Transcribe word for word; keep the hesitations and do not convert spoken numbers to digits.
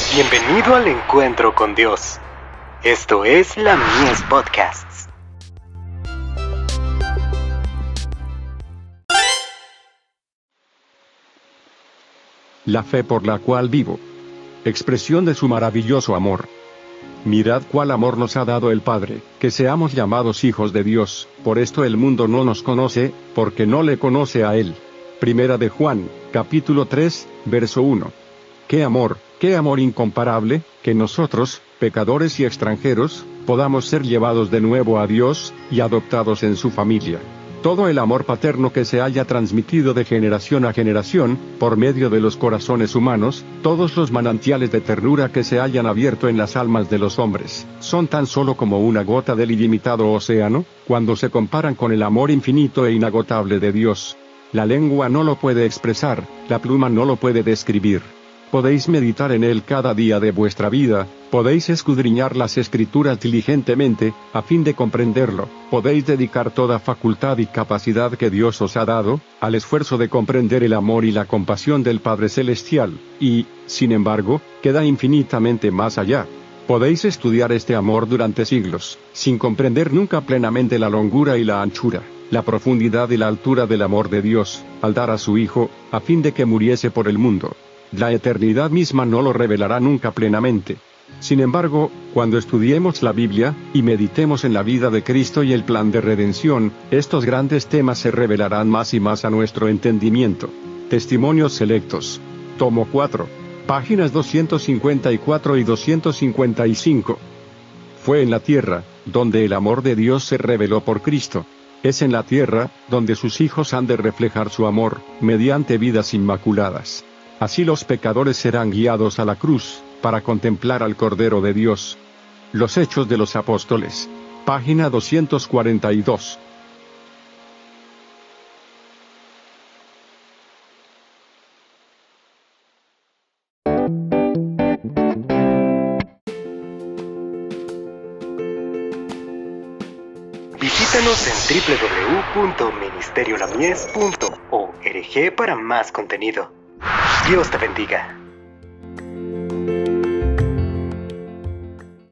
Bienvenido al encuentro con Dios. Esto es la Mies Podcasts. La fe por la cual vivo. Expresión de su maravilloso amor. Mirad cuál amor nos ha dado el Padre, que seamos llamados hijos de Dios. Por esto el mundo no nos conoce, porque no le conoce a Él. Primera de Juan, capítulo tres, verso uno. ¡Qué amor, qué amor incomparable, que nosotros, pecadores y extranjeros, podamos ser llevados de nuevo a Dios, y adoptados en su familia! Todo el amor paterno que se haya transmitido de generación a generación, por medio de los corazones humanos, todos los manantiales de ternura que se hayan abierto en las almas de los hombres, son tan solo como una gota del ilimitado océano, cuando se comparan con el amor infinito e inagotable de Dios. La lengua no lo puede expresar, la pluma no lo puede describir. Podéis meditar en él cada día de vuestra vida, podéis escudriñar las Escrituras diligentemente, a fin de comprenderlo, podéis dedicar toda facultad y capacidad que Dios os ha dado, al esfuerzo de comprender el amor y la compasión del Padre Celestial, y, sin embargo, queda infinitamente más allá. Podéis estudiar este amor durante siglos, sin comprender nunca plenamente la longura y la anchura, la profundidad y la altura del amor de Dios, al dar a su Hijo, a fin de que muriese por el mundo. La eternidad misma no lo revelará nunca plenamente. Sin embargo, cuando estudiemos la Biblia, y meditemos en la vida de Cristo y el plan de redención, estos grandes temas se revelarán más y más a nuestro entendimiento. Testimonios selectos. Tomo cuatro. Páginas doscientos cincuenta y cuatro y doscientos cincuenta y cinco. Fue en la tierra, donde el amor de Dios se reveló por Cristo. Es en la tierra, donde sus hijos han de reflejar su amor, mediante vidas inmaculadas. Así los pecadores serán guiados a la cruz, para contemplar al Cordero de Dios. Los Hechos de los Apóstoles. Página doscientos cuarenta y dos. Visítanos en doble u doble u doble u punto ministerio la mies punto org para más contenido. Dios te bendiga.